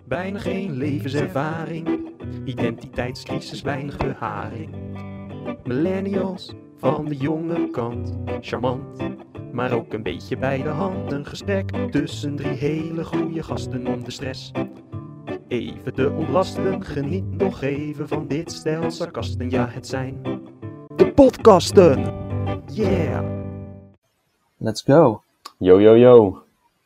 Bijna geen levenservaring, identiteitscrisis, weinig beharing. Millennials van de jonge kant, charmant, maar ook een beetje bij de hand. Een gesprek tussen drie hele goede gasten om de stress even te ontlasten. Geniet nog even van dit stel sarcasten, ja het zijn de podcasten. Yeah! Let's go. Yo, yo, yo.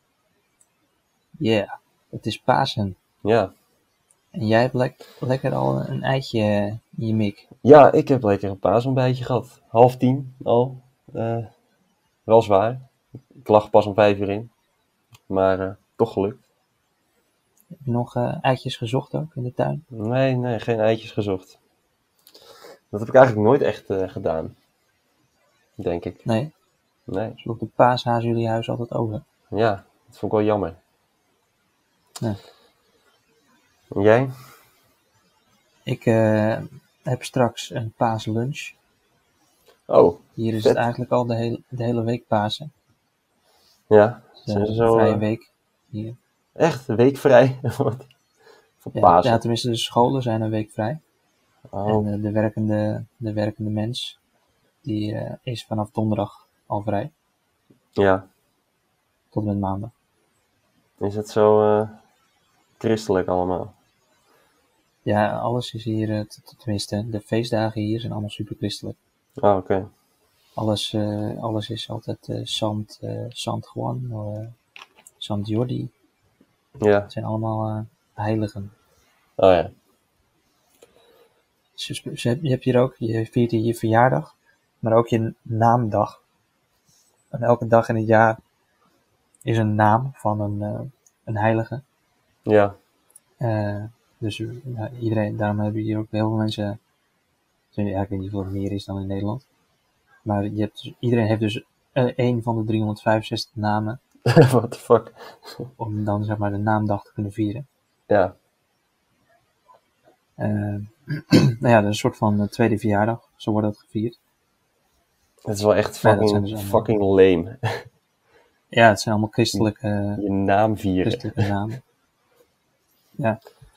Yeah, het is Pasen. Ja. En jij hebt lekker al een eitje in je mik. Ja, ik heb lekker een paasontbijtje gehad. 9:30 al. Wel zwaar. Ik lag pas om 5 uur in. Maar toch gelukt. Heb je nog eitjes gezocht ook in de tuin? Nee, geen eitjes gezocht. Dat heb ik eigenlijk nooit echt gedaan. Denk ik. Nee? Nee. Sloeg de paashaas jullie huis altijd over? Ja, dat vond ik wel jammer. Nee. En jij? Ik heb straks een paaslunch. Oh, Hier is vet. het eigenlijk al de hele week Pasen. Ja. Dus, Zijn ze een zo... vrije week hier. Echt, een week vrij? Voor Ja, Pasen? ja, tenminste de scholen zijn een week vrij. Oh, En de werkende mens, die is vanaf donderdag al vrij. ja. Tot en met maandag. Is het zo christelijk allemaal? Ja, alles is hier, tenminste, de feestdagen hier zijn allemaal super christelijk. Oh, oké. Alles is altijd Sant Juan, Sant Jordi. Ja. Het zijn allemaal heiligen. Oh ja. Je hebt hier ook, je viert hier je verjaardag, maar ook je naamdag. En elke dag in het jaar is een naam van een heilige. Ja. Dus ja, iedereen, daarom hebben hier ook heel veel mensen, ja, ik weet niet hoeveel het meer is dan in Nederland. Maar iedereen heeft dus één van de 365 namen What the fuck? om dan zeg maar de naamdag te kunnen vieren. Ja. Nou ja, dat is een soort van tweede verjaardag, zo wordt dat gevierd. Het is wel echt Nee, dat zijn dus allemaal- fucking lame. Ja, het zijn allemaal christelijke Je naam vieren. namen. Ja,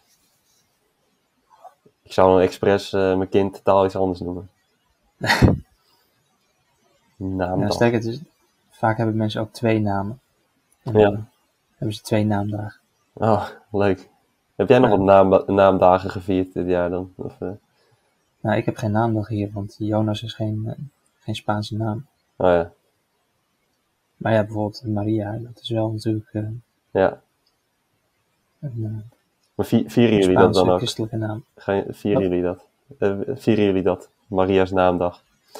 Ik zou dan expres mijn kind totaal iets anders noemen. ja, Naamdag. sterker, het is, vaak hebben mensen ook twee namen. En Ja. dan hebben ze twee naamdagen. Oh, leuk. Heb jij nog Ja. wat naamdagen gevierd dit jaar dan? Of, Nou, ik heb geen naamdag hier, want Jonas is geen Spaanse naam. Oh ja. Maar ja, bijvoorbeeld Maria, dat is wel natuurlijk Ja. een Maar vieren jullie dat Spaanse dan ook? christelijke naam. Vieren jullie dat? Vieren jullie dat? Maria's naamdag?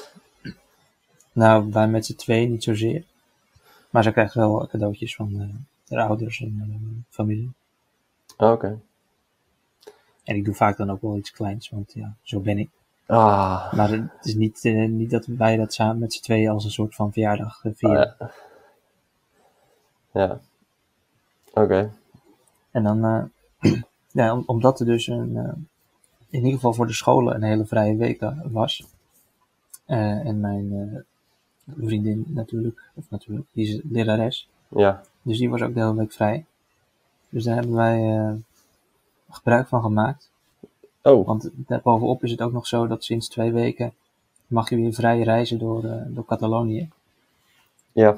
Nou, wij met z'n tweeën niet zozeer. Maar ze krijgt wel cadeautjes van haar ouders en familie. Oh, oké. En ik doe vaak dan ook wel iets kleins, want ja, zo ben ik. Ah. Maar het is niet dat wij dat samen met z'n tweeën als een soort van verjaardag Oh, vieren. ja. Ja. Oké. En dan, ja, omdat er dus in ieder geval voor de scholen een hele vrije week was. En mijn vriendin natuurlijk, die is lerares. Ja. Dus die was ook de hele week vrij. Dus daar hebben wij gebruik van gemaakt. Oh. Want daarbovenop is het ook nog zo dat sinds 2 weken mag je weer vrij reizen door Catalonië. Ja.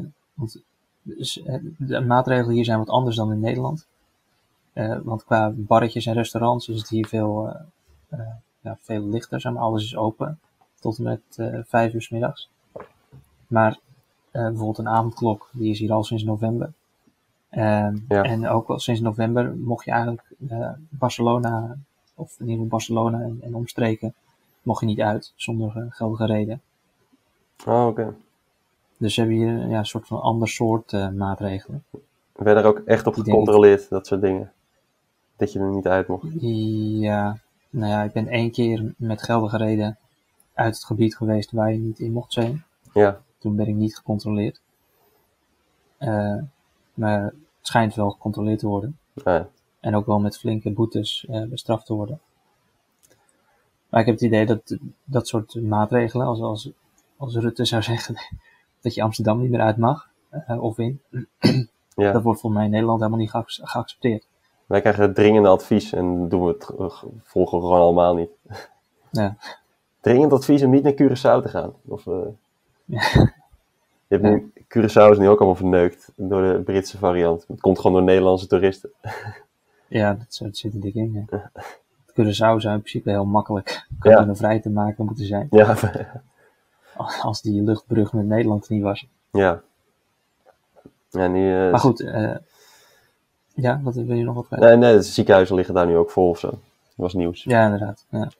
De maatregelen hier zijn wat anders dan in Nederland. Want qua barretjes en restaurants is het hier veel lichter. Zeg maar. Alles is open tot en met 5 uur 's middags. Maar bijvoorbeeld een avondklok, die is hier al sinds november. Ja. En ook al sinds november mocht je eigenlijk Barcelona, of in ieder geval Barcelona en omstreken, mocht je niet uit zonder geldige reden. Oh, oké. Dus ze hebben hier een soort van ander soort maatregelen. Werd er ook echt op Die denk gecontroleerd, dat soort dingen? Dat je er niet uit mocht? Ja, nou ja, ik ben 1 keer met geldige reden uit het gebied geweest waar je niet in mocht zijn. Ja. Toen ben ik niet gecontroleerd. Maar het schijnt wel gecontroleerd te worden. Ja. En ook wel met flinke boetes bestraft te worden. Maar ik heb het idee dat dat soort maatregelen, als Rutte zou zeggen dat je Amsterdam niet meer uit mag, of in, Ja. dat wordt volgens mij in Nederland helemaal niet geaccepteerd. Wij krijgen dringende advies en doen we het, volgen we gewoon allemaal niet. Ja. Dringend advies om niet naar Curaçao te gaan. Of, Ja. je hebt nu, Curaçao is nu ook allemaal verneukt door de Britse variant. Het komt gewoon door Nederlandse toeristen. Ja, dat zit er dik in. Ja. Curaçao zou in principe heel makkelijk vrij te maken moeten zijn. Ja. Als die luchtbrug met Nederland niet was. Ja. Ja, nu, maar goed, ja, wat wil je nog wat kwijt? Nee, de ziekenhuizen liggen daar nu ook vol of zo. Dat was nieuws. Ja, inderdaad. Ja.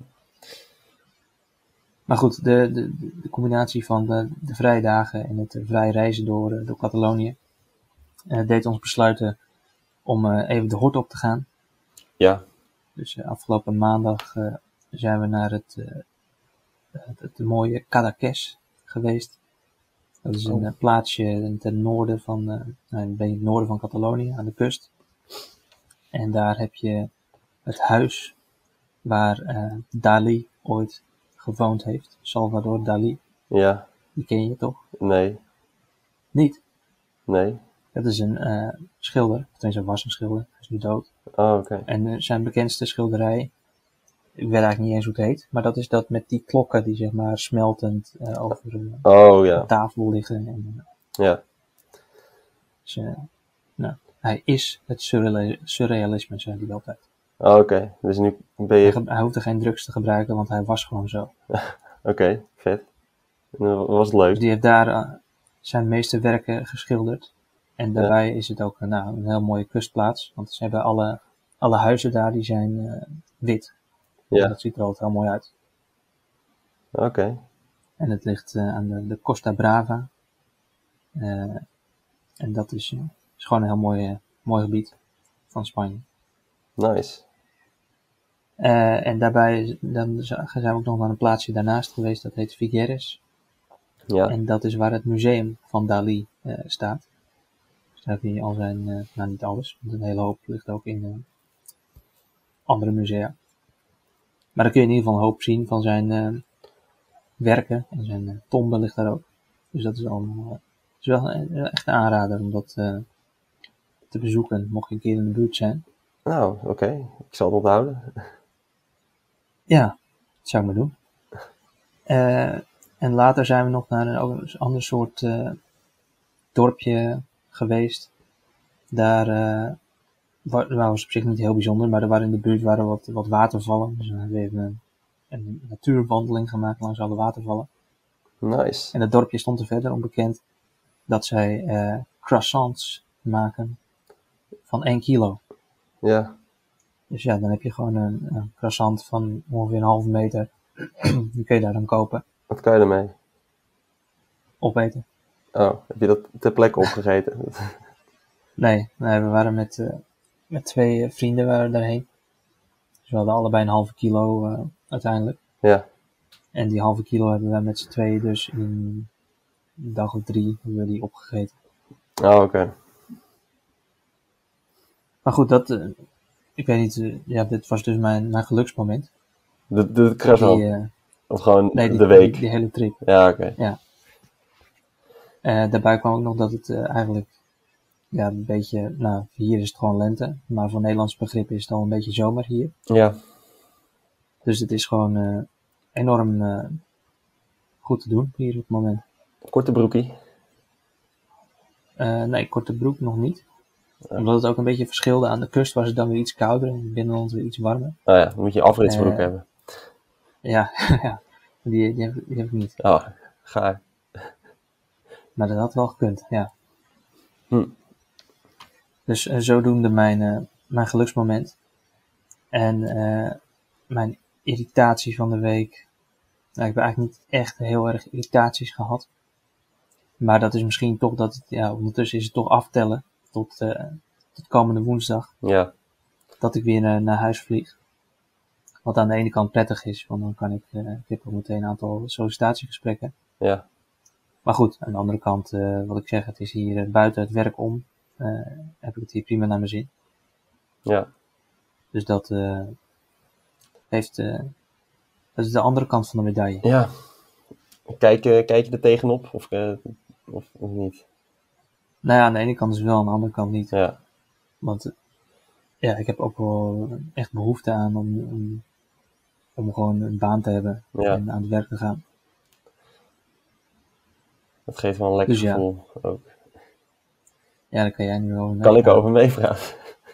Maar goed, de combinatie van de vrije dagen en het vrij reizen door Catalonië deed ons besluiten om even de hort op te gaan. Ja. Dus afgelopen maandag zijn we naar het mooie Cadaqués geweest. Dat is een plaatsje ten noorden het noorden van Catalonië, aan de kust. En daar heb je het huis waar Dalí ooit gewoond heeft. Salvador Dalí. Ja. Die ken je toch? Nee. Niet? Nee. Dat is een schilder. Tenminste, was een schilder. Hij is nu dood. Oh, oké. En zijn bekendste schilderij, ik weet eigenlijk niet eens hoe het heet, maar dat is dat met die klokken die zeg maar smeltend over de tafel liggen. En, ja. Dus, hij is het surrealisme, zei hij altijd. Oh, oké. Dus nu ben je... Hij hoefde geen drugs te gebruiken, want hij was gewoon zo. Oké, vet. Was het leuk? Dus die heeft daar zijn meeste werken geschilderd. En daarbij is het ook een heel mooie kustplaats. Want ze hebben alle huizen daar, die zijn wit. Ja. Dat ziet er altijd heel mooi uit. Oké. En het ligt aan de Costa Brava. En dat is gewoon een heel mooi gebied van Spanje. Nice. En daarbij zijn we ook nog naar een plaatsje daarnaast geweest. Dat heet Figueres. Ja. En dat is waar het museum van Dalí staat. Dus daar kun je al zijn, niet alles, want een hele hoop ligt ook in andere musea. Maar dan kun je in ieder geval een hoop zien van zijn werken. En zijn tombe ligt daar ook. Dus dat is allemaal is wel echt een aanrader om dat te bezoeken, mocht je een keer in de buurt zijn. Nou, oké. Ik zal het onthouden. Ja, dat zou ik maar doen. En later zijn we nog naar een ander soort dorpje geweest. Daar was op zich niet heel bijzonder, maar er waren in de buurt wat watervallen. Dus we hebben een natuurwandeling gemaakt langs alle watervallen. Nice. En het dorpje stond er verder onbekend dat zij croissants maken van 1 kilo. Ja. Dus ja, dan heb je gewoon een croissant van ongeveer een halve meter. Die kun je daar dan kopen. Wat kan je ermee? Opeten. Oh, heb je dat ter plekke opgegeten? Nee, we waren met 2 vrienden waren daarheen. Dus we hadden allebei een halve kilo uiteindelijk. Ja. En die halve kilo hebben we met z'n tweeën dus in een dag of 3 hebben we die opgegeten. Oh, oké. Maar goed, ik weet niet, dit was dus mijn geluksmoment. De croissant? Of gewoon nee, de week? Die hele trip. Ja, oké. Ja. Daarbij kwam ook nog dat het eigenlijk een beetje, hier is het gewoon lente, maar voor Nederlands begrip is het al een beetje zomer hier. Ja. Dus het is gewoon enorm goed te doen hier op het moment. Korte broekie? Nee, korte broek nog niet. Omdat het ook een beetje verschilde. Aan de kust was het dan weer iets kouder en in het binnenland weer iets warmer. Oh ja, dan moet je afritsbroek hebben. Ja, ja. Die heb ik niet. Oh, gaar. Maar dat had wel gekund, ja. Hm. Dus zodoende mijn geluksmoment. En mijn irritatie van de week. Nou, ik heb eigenlijk niet echt heel erg irritaties gehad. Maar dat is misschien toch dat het, ondertussen is het toch aftellen tot komende woensdag. Ja. Dat ik weer naar huis vlieg. Wat aan de ene kant prettig is, want dan kan ik heb ook meteen een aantal sollicitatiegesprekken. Ja. Maar goed, aan de andere kant, wat ik zeg, het is hier buiten het werk om. Heb ik het hier prima naar mijn zin. Ja. Dus dat is de andere kant van de medaille. Ja. Kijk je er tegenop of niet? Nou ja, aan de ene kant is het wel, aan de andere kant niet. Ja. Want ja, ik heb ook wel echt behoefte aan om gewoon een baan te hebben Ja. en aan het werk te gaan. Dat geeft wel een lekker Dus ja. gevoel ook. Ja, daar kan jij nu over Kan ik meepraten. over meepraten?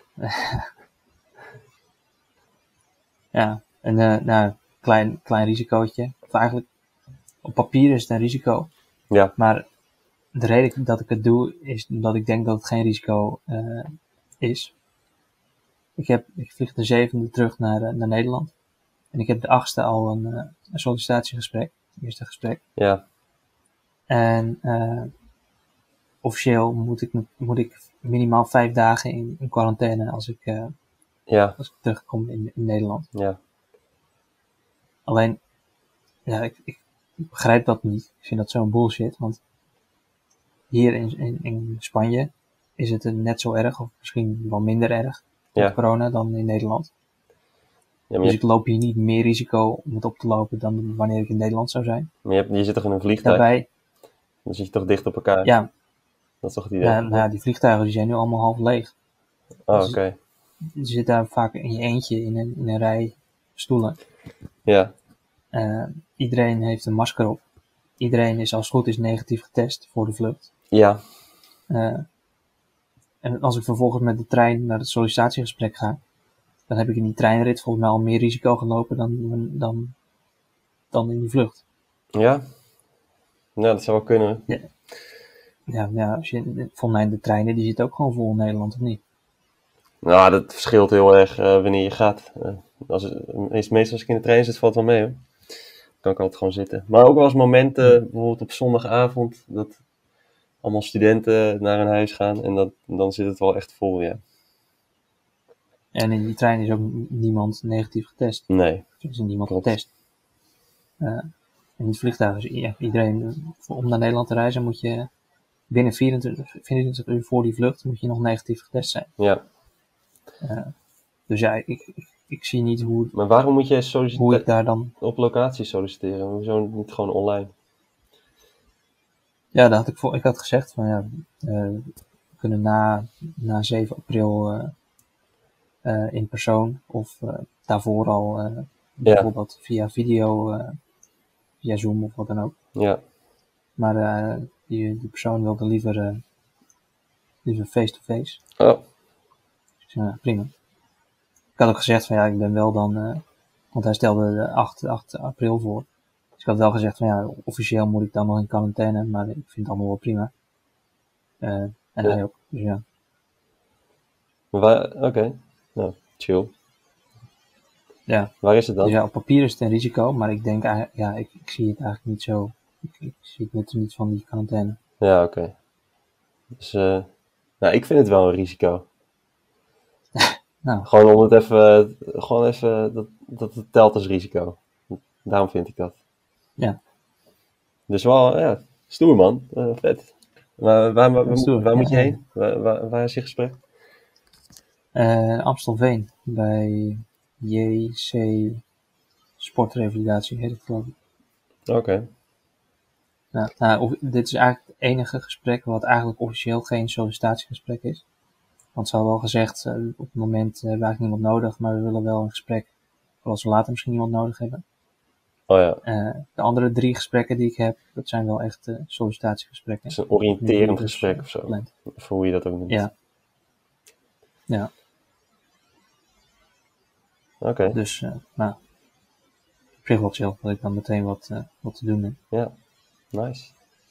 Ja, en nou, klein risicootje. Of eigenlijk, op papier is het een risico. Ja. Maar de reden dat ik het doe, is omdat ik denk dat het geen risico is. Ik vlieg de 7e terug naar Nederland. En ik heb de 8e al een sollicitatiegesprek. Het eerste gesprek. Ja. En officieel moet ik minimaal 5 dagen in quarantaine als ik terugkom in Nederland. Ja. Alleen, ja, ik begrijp dat niet. Ik vind dat zo'n bullshit. Want hier in Spanje is het net zo erg, of misschien wel minder erg, met corona dan in Nederland. Ja, dus ik loop hier niet meer risico om het op te lopen dan wanneer ik in Nederland zou zijn. Maar je zit toch in een vliegtuig? Daarbij, Dan zit je toch dicht op elkaar? Ja. Dat is toch het idee? Nou, die vliegtuigen die zijn nu allemaal half leeg. Oh, Dus oké. Je zit daar vaak in je eentje in een rij stoelen. Ja. Iedereen heeft een masker op. Iedereen is als het goed is negatief getest voor de vlucht. Ja. En als ik vervolgens met de trein naar het sollicitatiegesprek ga, dan heb ik in die treinrit volgens mij al meer risico gelopen dan in die vlucht. Ja? Nou, dat zou wel kunnen. Ja, volgens mij de treinen die zitten ook gewoon vol in Nederland, of niet? Nou, dat verschilt heel erg wanneer je gaat. Meestal als ik in de trein zit, valt het wel mee hoor. Kan ik altijd gewoon zitten. Maar ook wel eens momenten, bijvoorbeeld op zondagavond, dat allemaal studenten naar hun huis gaan en dan zit het wel echt vol, ja. En in die trein is ook niemand negatief getest. Nee. Er is niemand getest. En in het vliegtuig is iedereen, om naar Nederland te reizen moet je binnen 24 uur voor die vlucht moet je nog negatief getest zijn. Ja. Dus ja, ik zie niet hoe. Maar waarom moet je hoe ik daar dan op locatie solliciteren? Hoezo niet gewoon online? Ja, ik had gezegd van ja, we kunnen na 7 april in persoon of daarvoor al bijvoorbeeld via video, via Zoom of wat dan ook. Ja. Maar die persoon wilde liever face-to-face. Oh. Dus ja, prima. Ik had ook gezegd van ja, ik ben wel dan, want hij stelde de 8 april voor. Dus ik had wel gezegd van ja, officieel moet ik dan nog in quarantaine, maar ik vind het allemaal wel prima. En hij ook, dus ja. Oké. Nou, chill. Ja. Waar is het dan? Dus ja, op papier is het een risico, maar ik denk ik zie het eigenlijk niet zo. Ik zie het net niet van die quarantaine. Ja, oké. Dus, nou, ik vind het wel een risico. Nou. Gewoon om het even, dat het telt als risico. Daarom vind ik dat. Ja. Dus wel, ja, stoer man. Vet. Maar waar moet je heen? Waar is je gesprek? Amstelveen, bij JC Sportrevalidatie heet het geloof ik. Oké. Ja, nou, dit is eigenlijk het enige gesprek wat eigenlijk officieel geen sollicitatiegesprek is. Want ze hadden al gezegd, op het moment hebben we eigenlijk niemand nodig, maar we willen wel een gesprek voor als we later misschien iemand nodig hebben. Oh ja. De andere 3 gesprekken die ik heb, dat zijn wel echt sollicitatiegesprekken. Het is een oriënterend gesprek of zo. Of hoe je dat ook noemt. Ja. Ja. Oké. Dus, nou, op zich wel chill, dat ik dan meteen wat te doen heb. Ja, nice.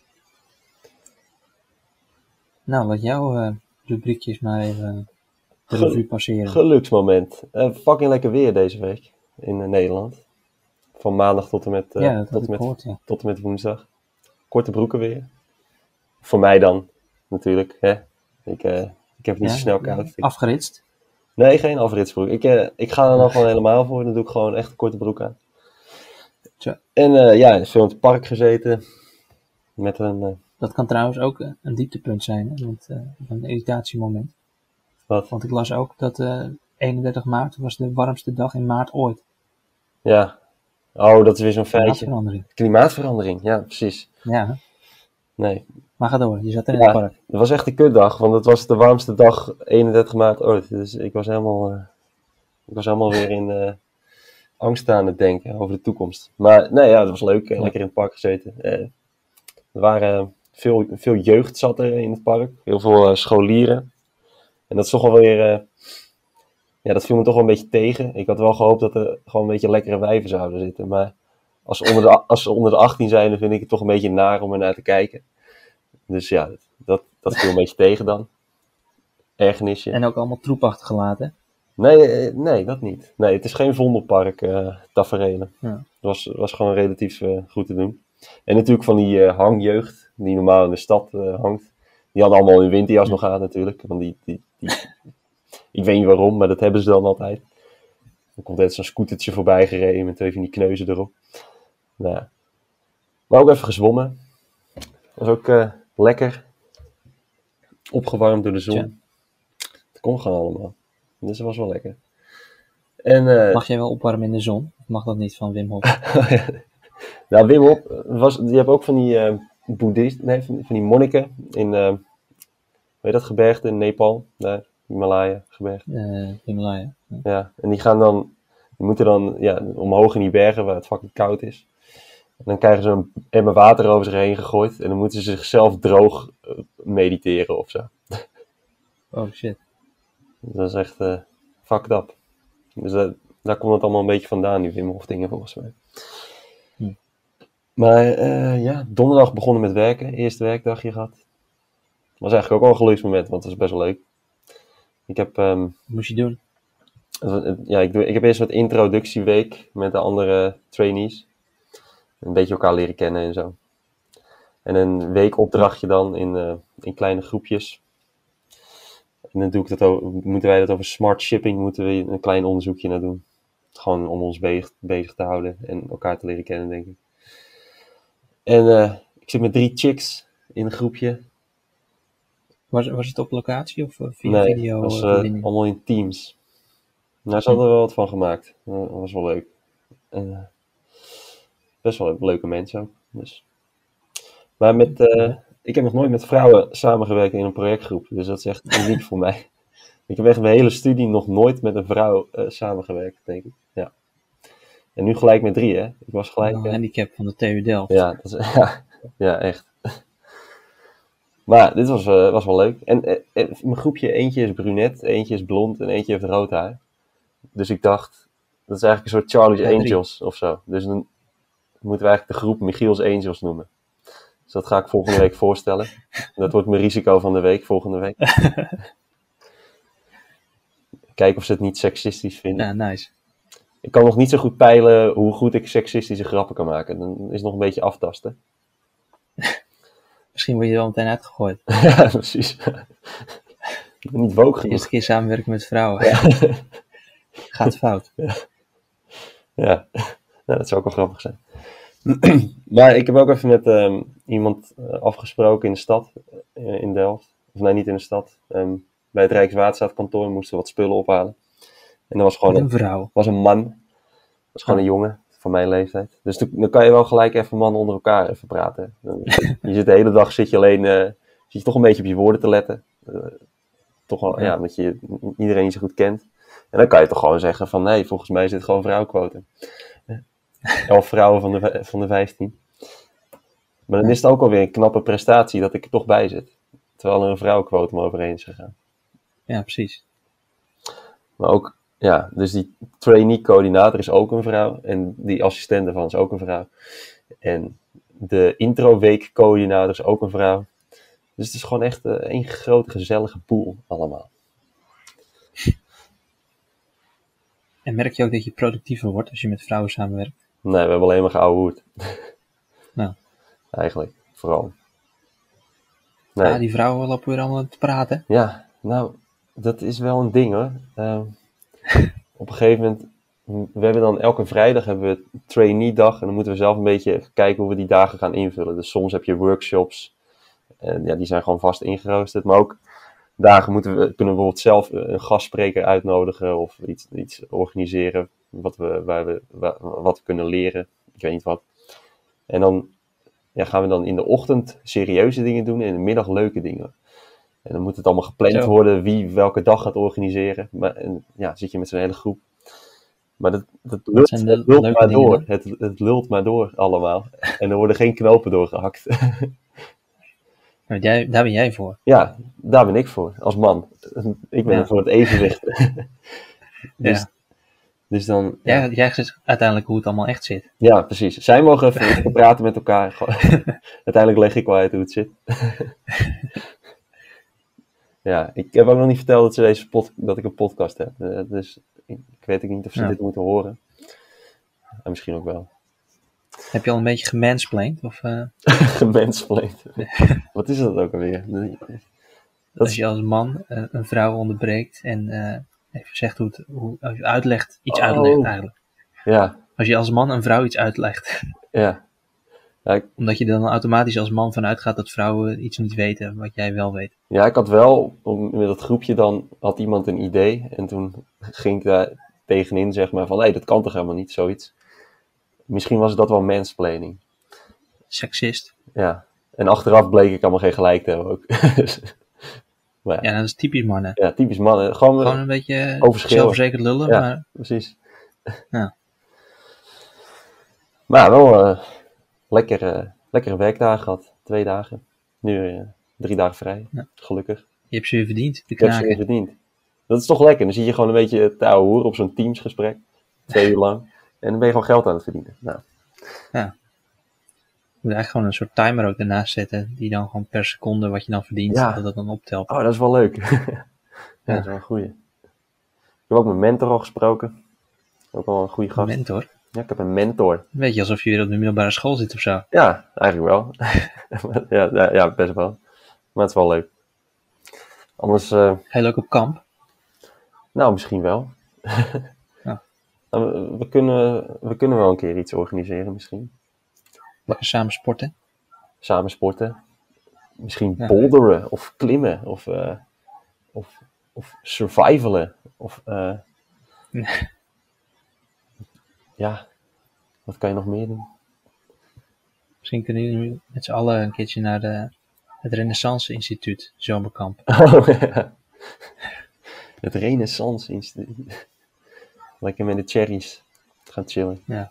Nou, laat jouw rubriekjes maar even de revue passeren. Geluksmoment. Fucking lekker weer deze week in Nederland. Van maandag tot en met woensdag. Korte broeken weer. Voor mij dan, natuurlijk. Hè? Ik heb niet zo snel koud. Afgeritst? Nee, geen afritsbroek. Ik ga er dan gewoon helemaal voor. Dan doe ik gewoon echt een korte broek aan. Tja. En veel in het park gezeten. Met een... Dat kan trouwens ook een dieptepunt zijn. Hè? Een irritatiemoment. Wat? Want ik las ook dat 31 maart was de warmste dag in maart ooit. Ja. Oh, dat is weer zo'n feitje. Klimaatverandering. Klimaatverandering, ja, precies. Ja. Nee. Maar ga door, je zat in Ja. het park. Het was echt een kutdag, want het was de warmste dag 31 maart ooit. Dus ik was helemaal weer in angst aan het denken over de toekomst. Maar nee, ja, het was leuk. Lekker in het park gezeten. Er waren veel jeugd zat er in het park. Heel veel scholieren. En dat is toch wel weer... dat viel me toch wel een beetje tegen. Ik had wel gehoopt dat er gewoon een beetje lekkere wijven zouden zitten. Maar als ze onder de 18 zijn, dan vind ik het toch een beetje naar om er naar te kijken. Dus ja, dat viel een beetje tegen dan. Ergernisje. En ook allemaal troep achtergelaten. Nee, dat niet. Nee, het is geen Vondelpark taferelen. Ja. Het was gewoon relatief goed te doen. En natuurlijk van die hangjeugd, die normaal in de stad hangt. Die hadden allemaal hun winterjas nog aan natuurlijk. Want die ik weet niet waarom, maar dat hebben ze dan altijd. Er komt net zo'n scootertje voorbij gereden met 2 van die kneuzen erop. Nou ja. Maar ook even gezwommen. Was ook lekker. Opgewarmd door de zon. Tja. Het kon gewoon allemaal. Dus dat was wel lekker. En, Mag jij wel opwarmen in de zon? Of mag dat niet van Wim Hof? Nou, Wim Hof, die hebben ook van die boeddhisten, nee, van die monniken in, weet je dat gebergte in Nepal? Daar, Himalaya gebergte. Himalaya. Ja. Ja, en die moeten dan omhoog in die bergen waar het fucking koud is. En dan krijgen ze een emmer water over zich heen gegooid en dan moeten ze zichzelf droog mediteren of zo. Oh shit. Dat is echt fucked up. Dus daar komt het allemaal een beetje vandaan, die Wim Hof dingen volgens mij. Maar donderdag begonnen met werken. Eerste werkdagje gehad. Was eigenlijk ook wel een geluksmoment, want het was best wel leuk. Ik heb... Wat moest je doen? Ik heb eerst wat introductieweek met de andere trainees. Een beetje elkaar leren kennen en zo. En een weekopdrachtje dan in kleine groepjes. En dan moeten wij dat over smart shipping, moeten we een klein onderzoekje naar doen. Gewoon om ons bezig te houden en elkaar te leren kennen, denk ik. En ik zit met 3 chicks in een groepje. Was het op locatie of via Nee, video? het was verbinding? allemaal in teams. Nou, ze hadden er wel wat van gemaakt. Dat was wel leuk. Best wel leuke mensen ook. Dus. Maar ik heb nog nooit met vrouwen samengewerkt in een projectgroep. Dus dat is echt uniek voor mij. Ik heb echt mijn hele studie nog nooit met een vrouw samengewerkt, denk ik. Ja. En nu gelijk met 3, hè. Ik was gelijk... Een handicap van de TU Delft. Ja, ja, echt. Maar dit was wel leuk. En mijn groepje, eentje is brunet, eentje is blond en eentje heeft rood haar. Dus ik dacht, dat is eigenlijk een soort Charlie's Angels of zo. Dus dan moeten we eigenlijk de groep Michiel's Angels noemen. Dus dat ga ik volgende week voorstellen. Dat wordt mijn risico van de week, volgende week. Kijken of ze het niet seksistisch vinden. Ja, nice. Ik kan nog niet zo goed peilen hoe goed ik seksistische grappen kan maken. Dan is het nog een beetje aftasten. Misschien word je wel meteen uitgegooid. Ja, precies. Ik ben niet woke De genoeg. eerste keer samenwerken met vrouwen. Ja. Gaat fout. Ja, dat zou ook wel grappig zijn. Maar ik heb ook even met iemand afgesproken in de stad, in Delft. Of nee, niet in de stad. Bij het Rijkswaterstaatkantoor moesten we wat spullen ophalen. En dat was gewoon Een vrouw. was een man. Dat was gewoon een jongen van mijn leeftijd. Dus dan kan je wel gelijk even mannen onder elkaar even praten. Je zit de hele dag, zit je toch een beetje op je woorden te letten. Toch wel, ja, omdat je iedereen je zo goed kent. En dan kan je toch gewoon zeggen van, nee, volgens mij zit gewoon vrouwenquota. 11 vrouwen van de 15. Maar dan is het ook alweer een knappe prestatie dat ik er toch bij zit. Terwijl er een vrouwenquotum overheen is gegaan. Ja, precies. Maar ook, ja, dus die trainee-coördinator is ook een vrouw. En die assistent ervan is ook een vrouw. En de intro-week-coördinator is ook een vrouw. Dus het is gewoon echt één grote gezellige boel allemaal. En merk je ook dat je productiever wordt als je met vrouwen samenwerkt? Nee, we hebben alleen maar geouwehoerd. Nou. Eigenlijk, vooral. Nee. Ja, die vrouwen lopen weer allemaal te praten. Ja, nou, dat is wel een ding hoor. Op een gegeven moment, we hebben dan elke vrijdag hebben we trainee-dag. En dan moeten we zelf een beetje kijken hoe we die dagen gaan invullen. Dus soms heb je workshops. En ja, die zijn gewoon vast ingeroosterd. Maar ook dagen kunnen we bijvoorbeeld zelf een gastspreker uitnodigen. Of iets organiseren wat we kunnen leren. Ik weet niet wat. En dan gaan we dan in de ochtend serieuze dingen doen en in de middag leuke dingen. En dan moet het allemaal gepland worden wie welke dag gaat organiseren. En zit je met zo'n hele groep. Maar dat lult maar door. Het lult maar door allemaal. En er worden geen knopen doorgehakt. Maar daar ben jij voor. Ja, daar ben ik voor, als man. Ik ben voor het evenwicht. Dus dan... Jij zegt uiteindelijk hoe het allemaal echt zit. Ja, precies. Zij mogen even praten met elkaar. Uiteindelijk leg ik wel uit hoe het zit. Ja, ik heb ook nog niet verteld dat ik een podcast heb. Dus ik weet ook niet of ze dit moeten horen. Misschien ook wel. Heb je al een beetje gemansplained? Gemansplained? Wat is dat ook alweer? Als je als man een vrouw onderbreekt en even zegt hoe je uitlegt, uitlegt eigenlijk. Ja. Als je als man een vrouw iets uitlegt. Ja. Omdat je er dan automatisch als man vanuit gaat dat vrouwen iets niet weten wat jij wel weet. Ja, ik had wel, met dat groepje dan, had iemand een idee. En toen ging ik daar tegenin, zeg maar, van, dat kan toch helemaal niet, zoiets. Misschien was dat wel mansplaining. Seksist. Ja. En achteraf bleek ik allemaal geen gelijk te hebben ook. Maar ja, dat is typisch mannen. Ja, typisch mannen. Gewoon een beetje zelfverzekerd lullen. Ja, maar... precies. Ja. Maar wel lekkere werkdagen gehad. 2 dagen. Nu 3 dagen vrij. Ja. Gelukkig. Je hebt ze weer verdiend, Ik heb ze weer verdiend. Dat is toch lekker. Dan zie je gewoon een beetje te ouwe hoeren op zo'n Teams-gesprek. 2 uur lang. En dan ben je gewoon geld aan het verdienen. Nou. Ja. Je moet eigenlijk gewoon een soort timer ook ernaast zetten. Die dan gewoon per seconde wat je dan verdient, dat dan optelt. Oh, dat is wel leuk. Dat is wel een goeie. Ik heb ook mijn mentor al gesproken. Ook wel een goede gast. Een mentor? Ja, ik heb een mentor. Weet je, alsof je weer op de middelbare school zit of zo. Ja, eigenlijk wel. ja, best wel. Maar het is wel leuk. Anders... Heel leuk op kamp? Nou, misschien wel. Ja. We kunnen wel een keer iets organiseren, misschien. Lekker samen sporten? Samen sporten. Misschien boulderen of klimmen of survivalen. Of ja, wat kan je nog meer doen? Misschien kunnen jullie met z'n allen een keertje naar het Renaissance Instituut, zomerkamp. Oh, ja. Het Renaissance Instituut. Lekker met de cherries gaan chillen. Ja.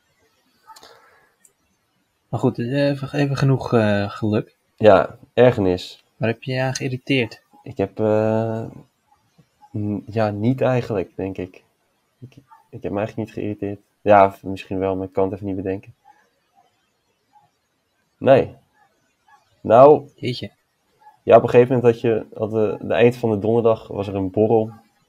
Maar goed, even genoeg geluk. Ja, ergernis. Waar heb je je aan geïrriteerd? Ik heb, niet eigenlijk, denk ik. Ik heb me eigenlijk niet geïrriteerd. Ja, misschien wel, maar ik kan het even niet bedenken. Nee. Nou, Jeetje. Ja, op een gegeven moment had de eind van de donderdag was er een borrel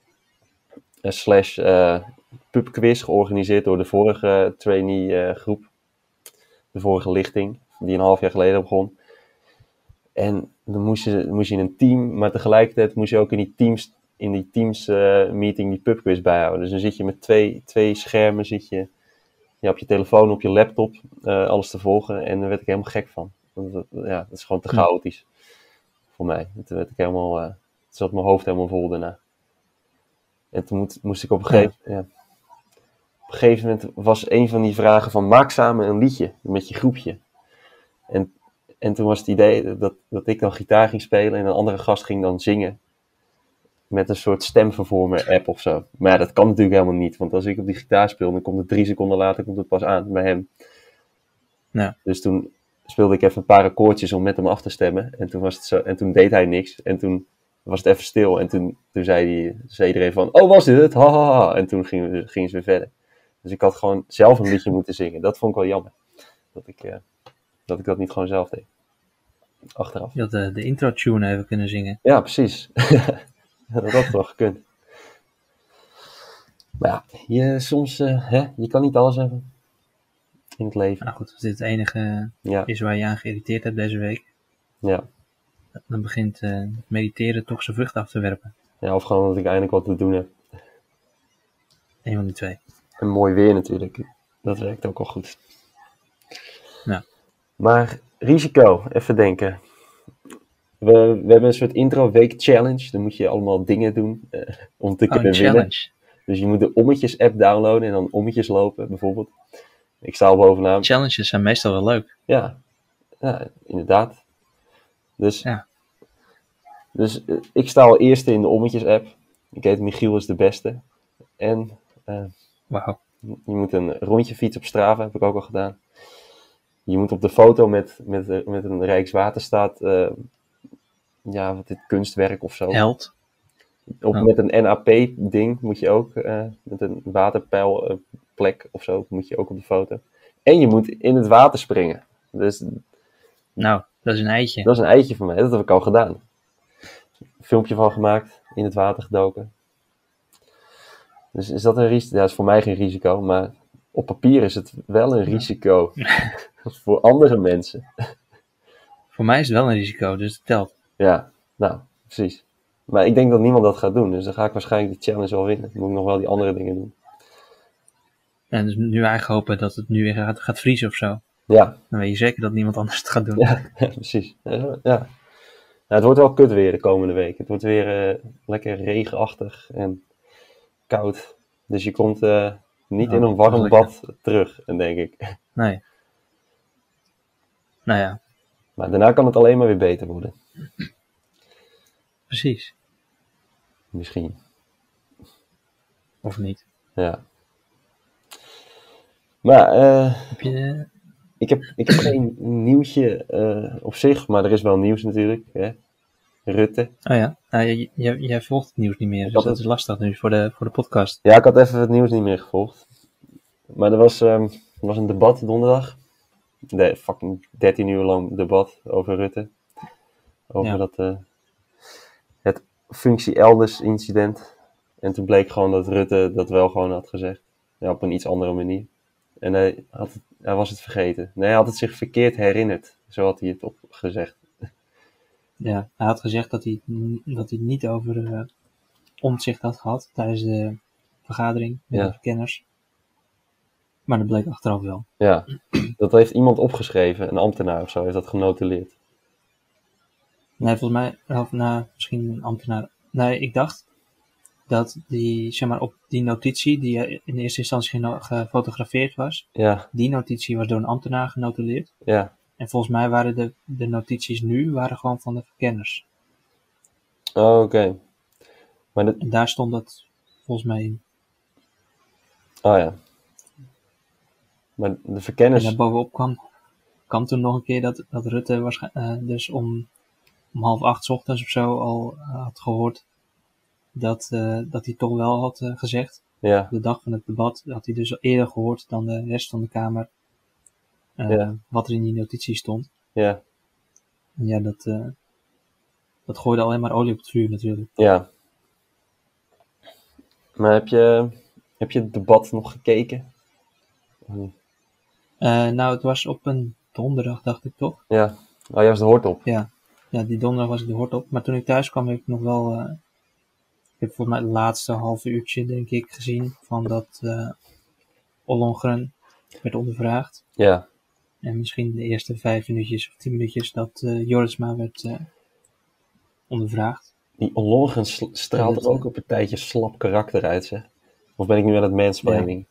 / pubquiz georganiseerd door de vorige trainee groep. De vorige lichting, die een half jaar geleden begon. En dan moest je in een team, maar tegelijkertijd moest je ook in die teams meeting die pubquiz bijhouden. Dus dan zit je met twee schermen, zit je op je telefoon, op je laptop, alles te volgen. En daar werd ik helemaal gek van. Dat is gewoon te chaotisch voor mij. Toen werd ik helemaal, toen zat mijn hoofd helemaal vol daarna. En toen moest ik op een gegeven moment was een van die vragen van maak samen een liedje met je groepje. En toen was het idee dat ik dan gitaar ging spelen en een andere gast ging dan zingen. Met een soort stemvervormer app of zo. Maar ja, dat kan natuurlijk helemaal niet. Want als ik op die gitaar speel, dan komt het 3 seconden later pas aan bij hem. Ja. Dus toen speelde ik even een paar akkoordjes om met hem af te stemmen. En toen was het zo, en toen deed hij niks. En toen was het even stil. En toen zei iedereen van, oh was dit het? Ha, ha, ha. En toen gingen ze weer verder. Dus ik had gewoon zelf een liedje moeten zingen. Dat vond ik wel jammer. Dat ik dat niet gewoon zelf deed. Achteraf. Je had de intro-tune even kunnen zingen. Ja, precies. Dat had wel gekund. Maar ja, soms, je kan niet alles hebben. In het leven. Nou goed, als dit het enige is waar je aan geïrriteerd hebt deze week. Ja. Dan begint mediteren toch zijn vrucht af te werpen. Ja, of gewoon dat ik eindelijk wat te doen heb. Eén van die twee. En mooi weer natuurlijk. Dat werkt ook al goed. Ja. Maar risico, even denken. We hebben een soort intro-week challenge. Dan moet je allemaal dingen doen om te kunnen winnen. Dus je moet de Ommetjes app downloaden en dan ommetjes lopen bijvoorbeeld. Ik sta al bovenaan. Challenges zijn meestal wel leuk. Ja. Ja, inderdaad. Dus, Ja. dus ik sta al eerste in de Ommetjes-app. Ik heet Michiel is de beste. En Wauw. je moet een rondje fietsen op Strava, heb ik ook al gedaan. Je moet op de foto met een Rijkswaterstaat, wat dit kunstwerk of zo. Held. Met een NAP-ding moet je ook, met een waterpeilplek of zo, moet je ook op de foto. En je moet in het water springen. Dus Nou, dat is een eitje. dat is een eitje van mij, dat heb ik al gedaan. Een filmpje van gemaakt, in het water gedoken. Dus is dat een risico? Ja, dat is voor mij geen risico, maar op papier is het wel een risico. Voor andere mensen. Voor mij is het wel een risico, dus het telt. Ja, nou, precies. Maar ik denk dat niemand dat gaat doen, dus dan ga ik waarschijnlijk de challenge wel winnen. Dan moet ik nog wel die andere dingen doen. En dus nu eigenlijk hopen dat het nu weer gaat vriezen of zo. Ja, Dan weet je zeker dat niemand anders het gaat doen. ja, precies. Ja. Nou, het wordt wel kut weer de komende week. Het wordt weer lekker regenachtig en koud. Dus je komt niet in een warm bad terug, denk ik. Nee. Nou ja, Maar daarna kan het alleen maar weer beter worden. precies. Misschien. Of niet. Ja. Maar Heb je... ik heb geen nieuwtje op zich, maar er is wel nieuws natuurlijk. Hè? Rutte. Oh ja, nou, jij volgt het nieuws niet meer, dus dat is lastig nu voor de podcast. Ja, ik had even het nieuws niet meer gevolgd. Maar er was een debat donderdag. Fucking 13 uur lang debat over Rutte. Over het functie elders incident. En toen bleek gewoon dat Rutte dat wel gewoon had gezegd. Ja, op een iets andere manier. En hij was het vergeten. Nee, hij had het zich verkeerd herinnerd. Zo had hij het gezegd. Ja, hij had gezegd dat hij het niet over Omtzigt had gehad tijdens de vergadering met de verkenners. Maar dat bleek achteraf wel. Ja, dat heeft iemand opgeschreven, een ambtenaar of zo, heeft dat genotuleerd. Nee, volgens mij, misschien een ambtenaar. Nee, ik dacht dat die, zeg maar, op die notitie die in eerste instantie gefotografeerd was, die notitie was door een ambtenaar genotuleerd. Ja. En volgens mij waren de notities nu gewoon van de verkenners. Oh, oké. En daar stond dat volgens mij in. Oh ja. Maar de verkenners... En daarbovenop kwam toen nog een keer dat Rutte dus om 7:30 ochtends of zo al had gehoord dat hij toch wel had gezegd. Ja. De dag van het debat had hij dus eerder gehoord dan de rest van de Kamer wat er in die notitie stond. Ja. En ja, dat gooide alleen maar olie op het vuur natuurlijk. Ja. Maar heb je het debat nog gekeken? Nou, het was op een donderdag, dacht ik toch? Ja. Oh, jij was de hort op. Ja, die donderdag was ik de hort op. Maar toen ik thuis kwam, heb ik nog wel... ik heb volgens mij het laatste halve uurtje, denk ik, gezien van dat Ollongren werd ondervraagd. Ja. En misschien de eerste 5 minuutjes of 10 minuutjes dat Jorisma werd ondervraagd. Die Ollongren straalt er ook op een tijdje slap karakter uit, zeg. Of ben ik nu aan het mansplaining?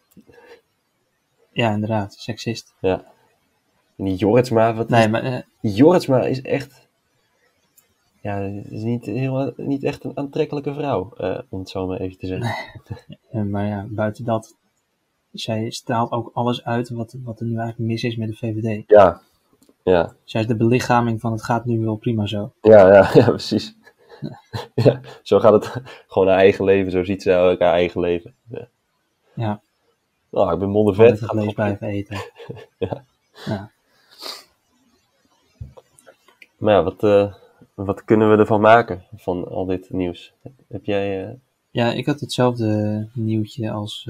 Ja, inderdaad. Seksist. Ja. En die Jorritsma, die Jorritsma is echt... Ja, is niet echt een aantrekkelijke vrouw, om het zo maar even te zeggen. Nee. Maar ja, buiten dat... Zij straalt ook alles uit wat er nu eigenlijk mis is met de VVD. Ja, ja. Zij is de belichaming van het gaat nu wel prima zo. Ja, precies. Ja, zo gaat het gewoon haar eigen leven, zo ziet ze ook haar eigen leven. Ja. Nou, ik ben moddervet. Ga vlees blijven eten. Ja. Maar ja, wat kunnen we ervan maken, van al dit nieuws? Heb jij... Ja, ik had hetzelfde nieuwtje als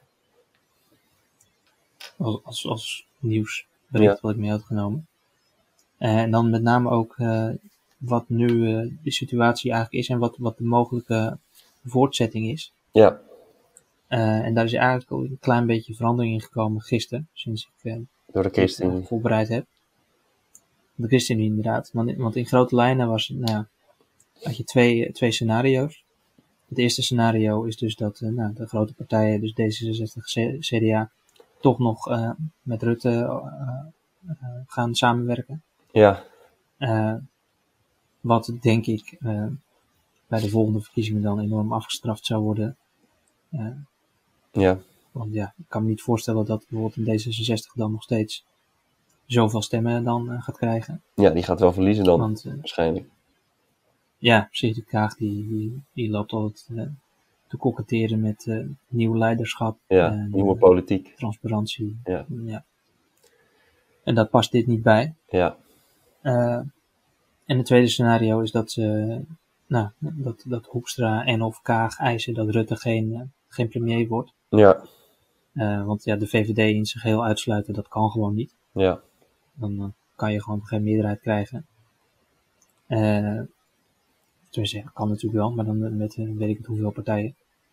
nieuwsbericht wat ik mee had genomen. En dan met name ook wat nu de situatie eigenlijk is en wat de mogelijke voortzetting is. Ja. En daar is eigenlijk al een klein beetje verandering in gekomen gisteren, sinds ik door de ChristenUnie voorbereid heb. De ChristenUnie inderdaad. Want in grote lijnen had je twee scenario's. Het eerste scenario is dus dat de grote partijen, dus D66, CDA, toch nog met Rutte gaan samenwerken. Ja, Wat denk ik bij de volgende verkiezingen dan enorm afgestraft zou worden. ja, Want ja, ik kan me niet voorstellen dat bijvoorbeeld een D66 dan nog steeds zoveel stemmen dan gaat krijgen. ja, die gaat wel verliezen dan, Want waarschijnlijk. ja, Sigrid Kaag die loopt altijd te koketteren met nieuw leiderschap. Ja, en nieuwe politiek. transparantie. Ja. Ja. En daar past dit niet bij. Ja, En het tweede scenario is dat dat Hoekstra en of Kaag eisen dat Rutte geen premier wordt. ja, Want ja, de VVD in zijn geheel uitsluiten, dat kan gewoon niet. ja, Dan kan je gewoon geen meerderheid krijgen. Tenminste, dat kan natuurlijk wel, maar dan met weet ik het hoeveel partijen.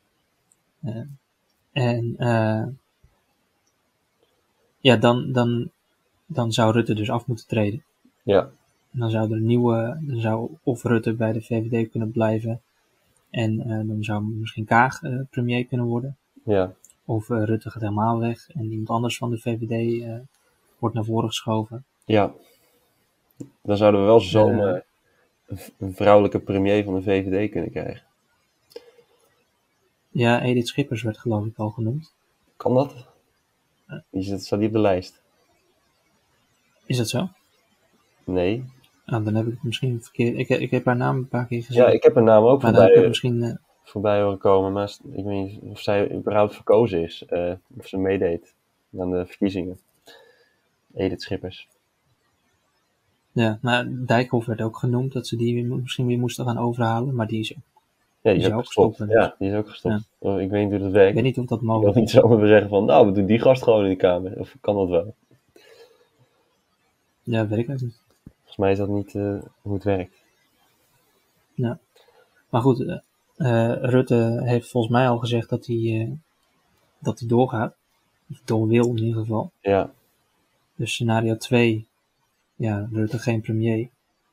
Ja, dan zou Rutte dus af moeten treden. ja, Dan zou of Rutte bij de VVD kunnen blijven. En dan zou misschien Kaag premier kunnen worden. ja, Of Rutte gaat helemaal weg en iemand anders van de VVD wordt naar voren geschoven. ja. Dan zouden we wel zomaar een vrouwelijke premier van de VVD kunnen krijgen. Ja, Edith Schippers werd geloof ik al genoemd. Kan dat? Staat die op de lijst? Is dat zo? Nee. Nou, dan heb ik het misschien verkeerd. Ik heb haar naam een paar keer gezien. Ja, ik heb haar naam ook maar dan heb ik voorbij horen komen. Maar ik weet niet of zij überhaupt verkozen is. Of ze meedeed aan de verkiezingen. Edith Schippers. Ja, nou, Dijkhoff werd ook genoemd dat ze die misschien weer moesten gaan overhalen. Maar die is Ja, die is ook gestopt. Dus. Ja, die is ook gestopt. Ja. Ik weet niet hoe dat werkt. Ik weet niet of dat Ik mogelijk wil niet zomaar zeggen van, nou, we doen die gast gewoon in de Kamer. Of kan dat wel? Ja, weet ik ook niet. Volgens mij is dat niet hoe het werkt. Ja. Maar goed, Rutte heeft volgens mij al gezegd dat hij doorgaat. Of door wil in ieder geval. Ja. Dus scenario 2, ja, Rutte geen premier.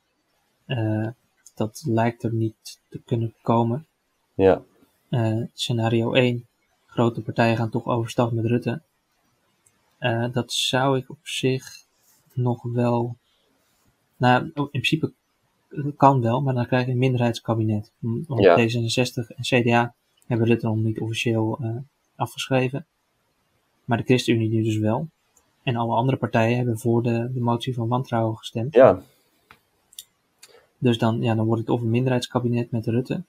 Dat lijkt er niet te kunnen komen. Ja. Scenario 1, grote partijen gaan toch overstag met Rutte. Dat zou ik op zich nog wel... Nou, in principe kan wel, maar dan krijg je een minderheidskabinet. Want Ja. D66 en CDA hebben Rutte nog niet officieel afgeschreven. Maar de ChristenUnie nu dus wel. En alle andere partijen hebben voor de motie van wantrouwen gestemd. Ja. Dus dan wordt het of een minderheidskabinet met Rutte.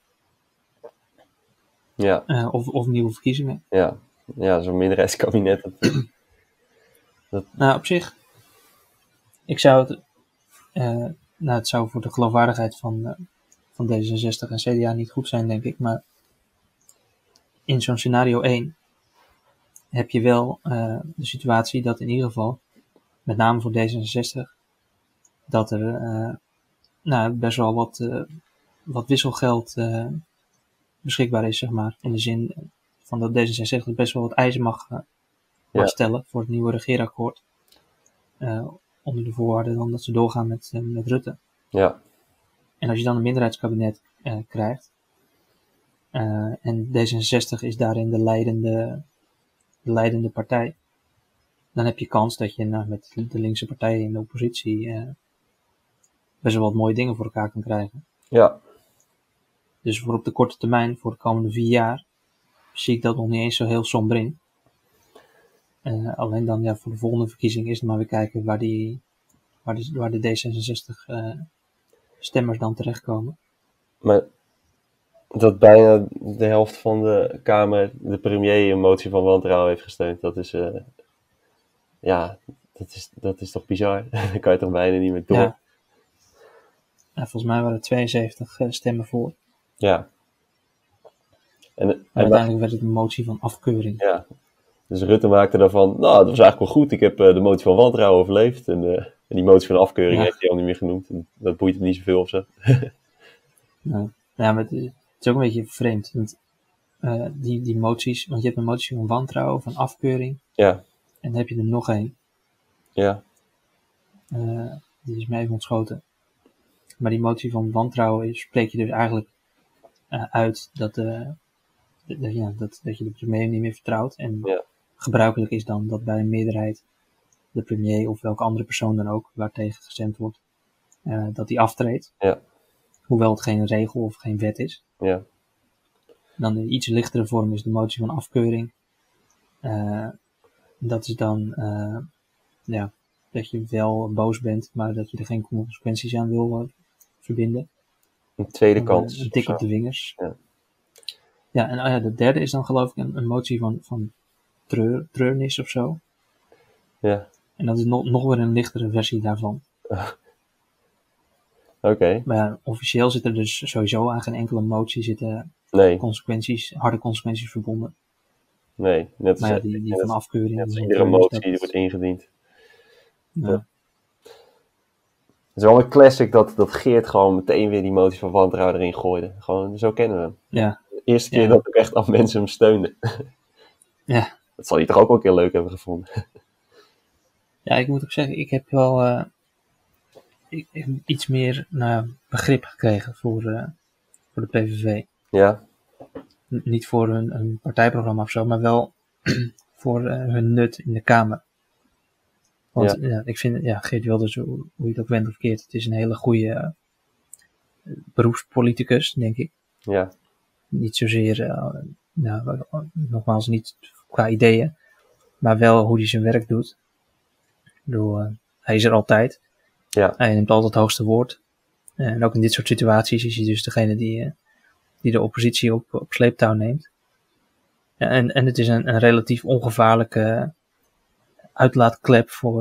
Ja. Of nieuwe verkiezingen. Ja. Ja, zo'n minderheidskabinet. Nou, op zich. Ik zou het... het zou voor de geloofwaardigheid van D66 en CDA niet goed zijn, denk ik. Maar in zo'n scenario 1 heb je wel de situatie dat in ieder geval, met name voor D66, dat er best wel wat wisselgeld beschikbaar is, zeg maar. In de zin van dat D66 best wel wat eisen mag stellen voor het nieuwe regeerakkoord. Onder de voorwaarden dan dat ze doorgaan met Rutte. Ja. En als je dan een minderheidskabinet krijgt, en D66 is daarin de leidende partij, dan heb je kans dat je met de linkse partijen in de oppositie best wel wat mooie dingen voor elkaar kan krijgen. Ja. Dus voor op de korte termijn, voor de komende 4 jaar, zie ik dat nog niet eens zo heel somber in. Alleen dan voor de volgende verkiezing is het maar weer kijken waar de D66 stemmers dan terechtkomen. Maar dat bijna de helft van de Kamer de premier een motie van wantrouwen heeft gesteund, dat is dat is toch bizar? Daar kan je toch bijna niet meer door. Ja. Volgens mij waren er 72 stemmen voor. Ja. En uiteindelijk werd het een motie van afkeuring. Ja. Dus Rutte maakte daarvan, nou, dat was eigenlijk wel goed. Ik heb de motie van wantrouwen overleefd. En die motie van afkeuring heeft hij al niet meer genoemd. En dat boeit hem niet zoveel of zo. Maar het is ook een beetje vreemd. Want die moties, want je hebt een motie van wantrouwen, van afkeuring. Ja. En dan heb je er nog één. Ja. Die is mij even ontschoten. Maar die motie van wantrouwen spreek je dus eigenlijk uit dat je de premier niet meer vertrouwt. En gebruikelijk is dan dat bij een meerderheid de premier of welke andere persoon dan ook, waartegen gestemd wordt, dat die aftreedt. Ja. Hoewel het geen regel of geen wet is. Ja. Dan de iets lichtere vorm is de motie van afkeuring. Dat is dan dat je wel boos bent, maar dat je er geen consequenties aan wil verbinden. Een tweede kans. Een tik op de vingers. Ja. Ja, en de derde is dan geloof ik een motie van treurnis of zo. Ja. En dat is nog weer een lichtere versie daarvan. Oké. Maar ja, officieel zit er dus sowieso aan geen enkele motie zitten Nee. harde consequenties verbonden. Nee. Net Maar ja, als, die van afkeuring. net als die iedere treurnis, motie die wordt ingediend. Ja. Het is wel een classic dat Geert gewoon meteen weer die motie van wantrouwen erin gooide. Gewoon, zo kennen we hem. Ja. De eerste keer Ja. dat ook echt al mensen hem steunden. Ja. Dat zal hij toch ook wel een keer leuk hebben gevonden. Ja, ik moet ook zeggen, ik heb wel ik heb iets meer begrip gekregen voor de PVV. Ja. Niet voor hun partijprogramma of zo, maar wel voor hun nut in de Kamer. Want ik vind, Geert Wilders, hoe je het ook went of keert, het is een hele goede beroepspoliticus, denk ik. Ja. Niet zozeer, nogmaals, niet qua ideeën, maar wel hoe hij zijn werk doet. Ik bedoel, hij is er altijd. Ja. Hij neemt altijd het hoogste woord. En ook in dit soort situaties is hij dus degene die de oppositie op sleeptouw neemt. Ja, en het is een relatief ongevaarlijke uitlaatklep voor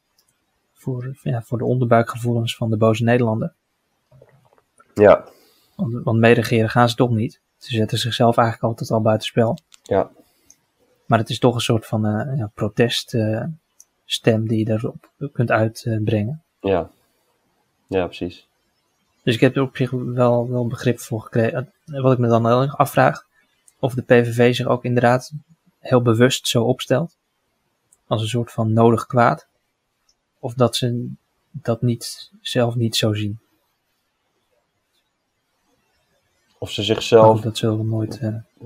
de onderbuikgevoelens van de boze Nederlander. Ja. Want meeregeren gaan ze toch niet. Ze zetten zichzelf eigenlijk altijd al buitenspel. Ja. Maar het is toch een soort van proteststem die je daarop kunt uitbrengen. Ja. Ja, precies. Dus ik heb er op zich wel begrip voor gekregen. Wat ik me dan heel erg afvraag, of de PVV zich ook inderdaad heel bewust zo opstelt. Als een soort van nodig kwaad. Of dat ze dat zelf niet zo zien. Of ze zichzelf... Dat zullen we nooit...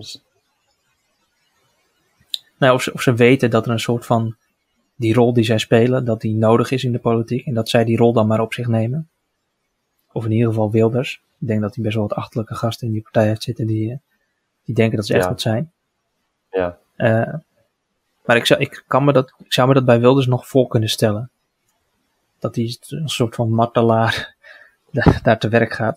of ze weten dat er een soort van... Die rol die zij spelen, dat die nodig is in de politiek. En dat zij die rol dan maar op zich nemen. Of in ieder geval Wilders. Ik denk dat hij best wel wat achterlijke gasten in die partij heeft zitten die denken dat ze echt wat zijn. Ja. Maar ik zou me dat bij Wilders nog voor kunnen stellen. Dat hij een soort van martelaar daar te werk gaat.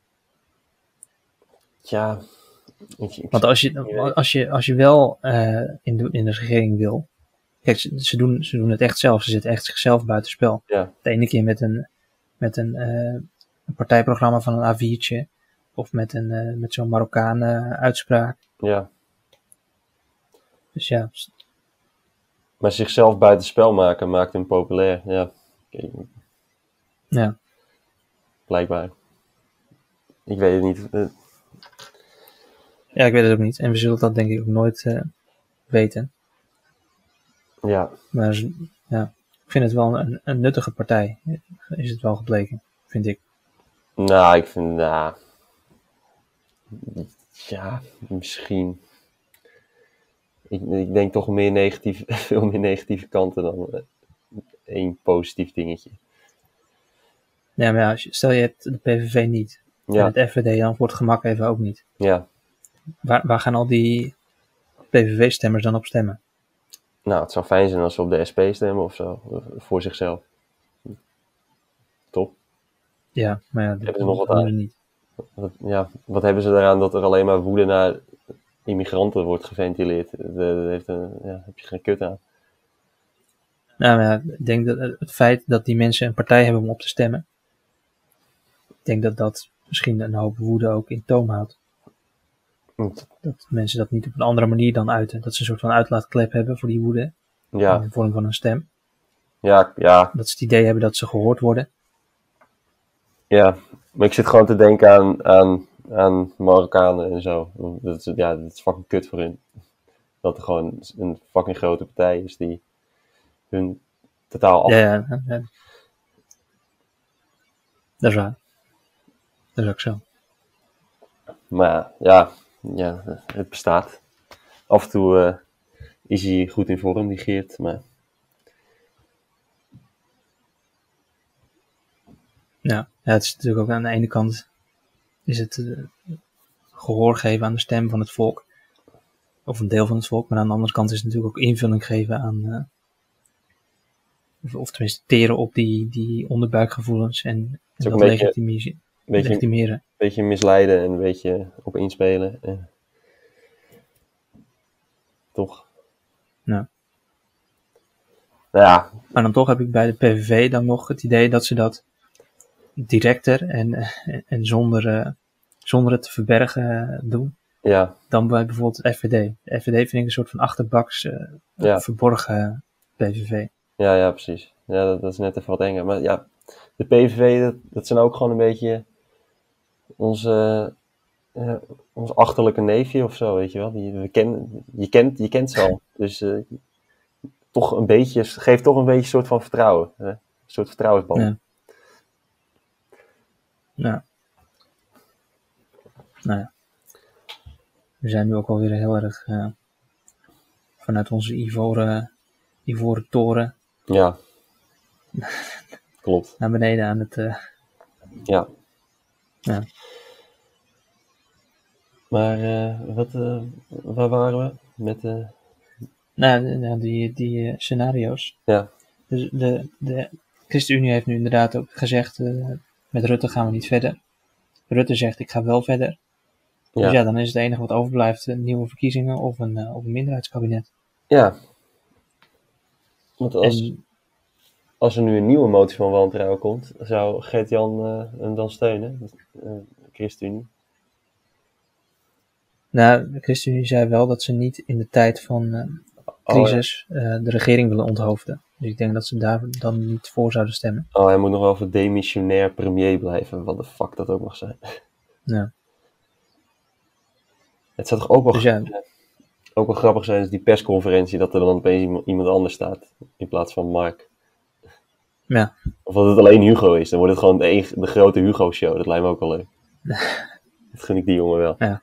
Ja. Want als je wel in de regering wil. Kijk, ze doen het echt zelf. Ze zetten echt zichzelf buitenspel. Ja. De ene keer met een partijprogramma van een A4'tje. Of met zo'n Marokkaan uitspraak. Ja. Dus ja. Maar zichzelf buitenspel maken maakt hem populair. Ja. Ja. Blijkbaar. Ik weet het niet. Ja, ik weet het ook niet. En we zullen dat denk ik ook nooit weten. Ja. Maar ja, ik vind het wel een nuttige partij. Is het wel gebleken, vind ik. Nou, ik vind... ja, misschien... Ik denk toch veel meer negatieve kanten dan één positief dingetje. Ja, maar ja, stel je hebt de PVV niet. Ja. En het FVD dan voor het gemak even ook niet. Ja. Waar gaan al die PVV-stemmers dan op stemmen? Nou, het zou fijn zijn als ze op de SP stemmen of zo. Voor zichzelf. Top. Ja, maar ja, Hebben ze nog wat doen ze aan? niet. Wat hebben ze eraan dat er alleen maar woede naar immigranten wordt geventileerd? Daar heb je geen kut aan. Nou maar ja, ik denk dat het feit dat die mensen een partij hebben om op te stemmen. Ik denk dat misschien een hoop woede ook in toom houdt. Dat mensen dat niet op een andere manier dan uiten. Dat ze een soort van uitlaatklep hebben voor die woede. Ja. In de vorm van een stem. Ja. Dat ze het idee hebben dat ze gehoord worden. Ja, maar ik zit gewoon te denken aan Marokkanen en zo. Dat is fucking kut voor hun. Dat er gewoon een fucking grote partij is die hun totaal af... Ja. Dat is waar. Dat is ook zo. Maar ja, het bestaat. Af en toe is hij goed in vorm, die Geert. Maar Ja, het is natuurlijk ook aan de ene kant is het gehoor geven aan de stem van het volk. Of een deel van het volk. Maar aan de andere kant is het natuurlijk ook invulling geven aan... of tenminste teren op die onderbuikgevoelens. En ook dat legitimeren. Een beetje misleiden en een beetje op inspelen. Toch? Ja. Nou ja. Maar dan toch heb ik bij de PVV dan nog het idee dat ze dat directer en zonder het te verbergen doen. Ja. Dan bij bijvoorbeeld de FVD. De FVD vind ik een soort van achterbaks verborgen PVV. Ja, precies. Ja, dat is net even wat enger. Maar ja, de PVV, dat zijn ook gewoon een beetje ons achterlijke neefje of zo, weet je wel. Je kent ze al. Dus toch een beetje, geeft toch een beetje een soort van vertrouwen. Een soort vertrouwensband. Ja. Ja. Nou ja. We zijn nu ook alweer heel erg vanuit onze ivoren toren. Ja. Klopt. Naar beneden aan het... Ja. Ja. Maar waar waren we? Met die scenario's. Ja. Dus de ChristenUnie heeft nu inderdaad ook gezegd, met Rutte gaan we niet verder. Rutte zegt, ik ga wel verder. Ja. Dus ja, dan is het enige wat overblijft nieuwe verkiezingen of een minderheidskabinet. Ja. Want als er nu een nieuwe motie van wantrouwen komt, zou Gert-Jan hem dan steunen? ChristenUnie? Nou, de ChristenUnie zei wel dat ze niet in de tijd van crisis de regering willen onthoofden. Dus ik denk dat ze daar dan niet voor zouden stemmen. Oh, hij moet nog wel voor demissionair premier blijven. Wat de fuck dat ook mag zijn. Ja. Het zou toch ook wel, dus ook wel grappig zijn als die persconferentie dat er dan opeens iemand anders staat. In plaats van Mark. Ja. Of dat het alleen Hugo is. Dan wordt het gewoon de grote Hugo-show. Dat lijkt me ook wel leuk. Dat gun ik die jongen wel. Ja.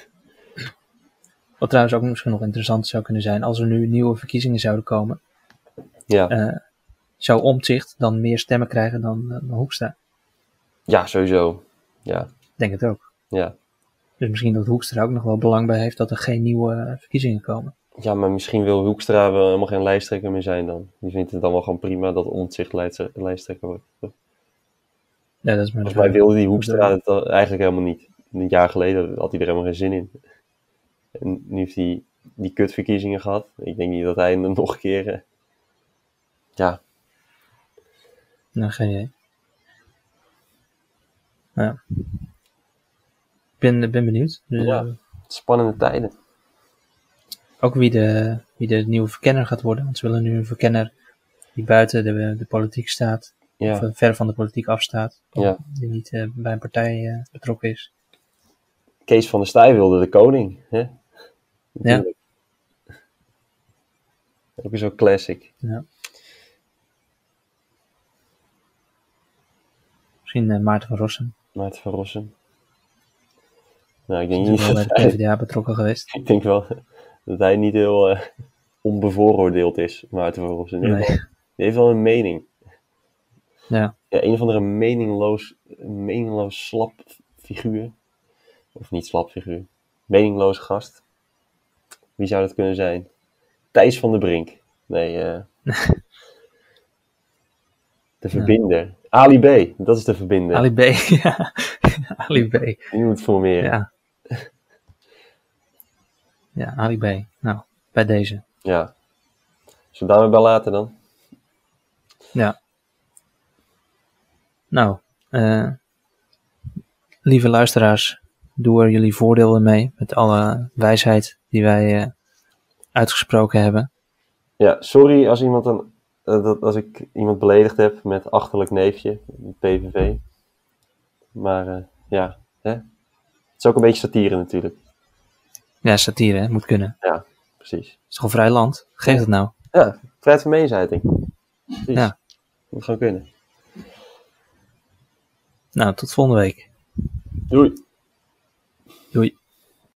Wat trouwens ook misschien nog interessant zou kunnen zijn. Als er nu nieuwe verkiezingen zouden komen. Ja. Zou Omtzigt dan meer stemmen krijgen dan Hoekstra? Ja, sowieso. Ja. Ik denk het ook. Ja. Dus misschien dat Hoekstra ook nog wel belang bij heeft dat er geen nieuwe verkiezingen komen. Ja, maar misschien wil Hoekstra wel helemaal geen lijsttrekker meer zijn dan. Die vindt het dan wel gewoon prima dat Omtzigt lijsttrekker wordt. Ja, dat is maar volgens mij wilde die Hoekstra het eigenlijk helemaal niet. Een jaar geleden had hij er helemaal geen zin in. En nu heeft hij die kutverkiezingen gehad. Ik denk niet dat hij hem nog een keer... Ja. Nou, geen idee. Ja. Ik ben benieuwd. Dus, ja, spannende tijden. Ook wie de nieuwe verkenner gaat worden. Want ze willen nu een verkenner die buiten de politiek staat. Ja. Of ver van de politiek afstaat. Ja. Die niet bij een partij betrokken is. Kees van der Staaij wilde de koning. Hè? Ja. Ook zo'n classic. Ja. Misschien Maarten van Rossum. Maarten van Rossum. Nou, ik denk niet niet wel bij de PvdA betrokken geweest. Ik denk wel dat hij niet heel onbevooroordeeld is, Maarten van Rossum. Nee. Die heeft wel een mening. Ja. Ja, een of andere meningloos slap figuur. Of niet slap figuur. Meningloos gast. Wie zou dat kunnen zijn? Thijs van der Brink. Nee, de verbinder. Ja. Ali B, dat is de verbinder. Ali B, ja. Ali B. Die moet formeren. Ja. Ja, Ali B. Nou, bij deze. Ja. Zullen we daarmee bij laten dan? Ja. Nou, lieve luisteraars, doe er jullie voordeel mee met alle wijsheid die wij uitgesproken hebben. Ja, sorry als als ik iemand beledigd heb met achterlijk neefje, PVV. Maar ja, hè? Het is ook een beetje satire natuurlijk. Ja, satire, hè? Moet kunnen. Ja, precies. Het is toch een vrij land? Geef het nou. Ja, vrijheid van meningsuiting. Precies. Ja. Moet gewoon kunnen. Nou, tot volgende week. Doei.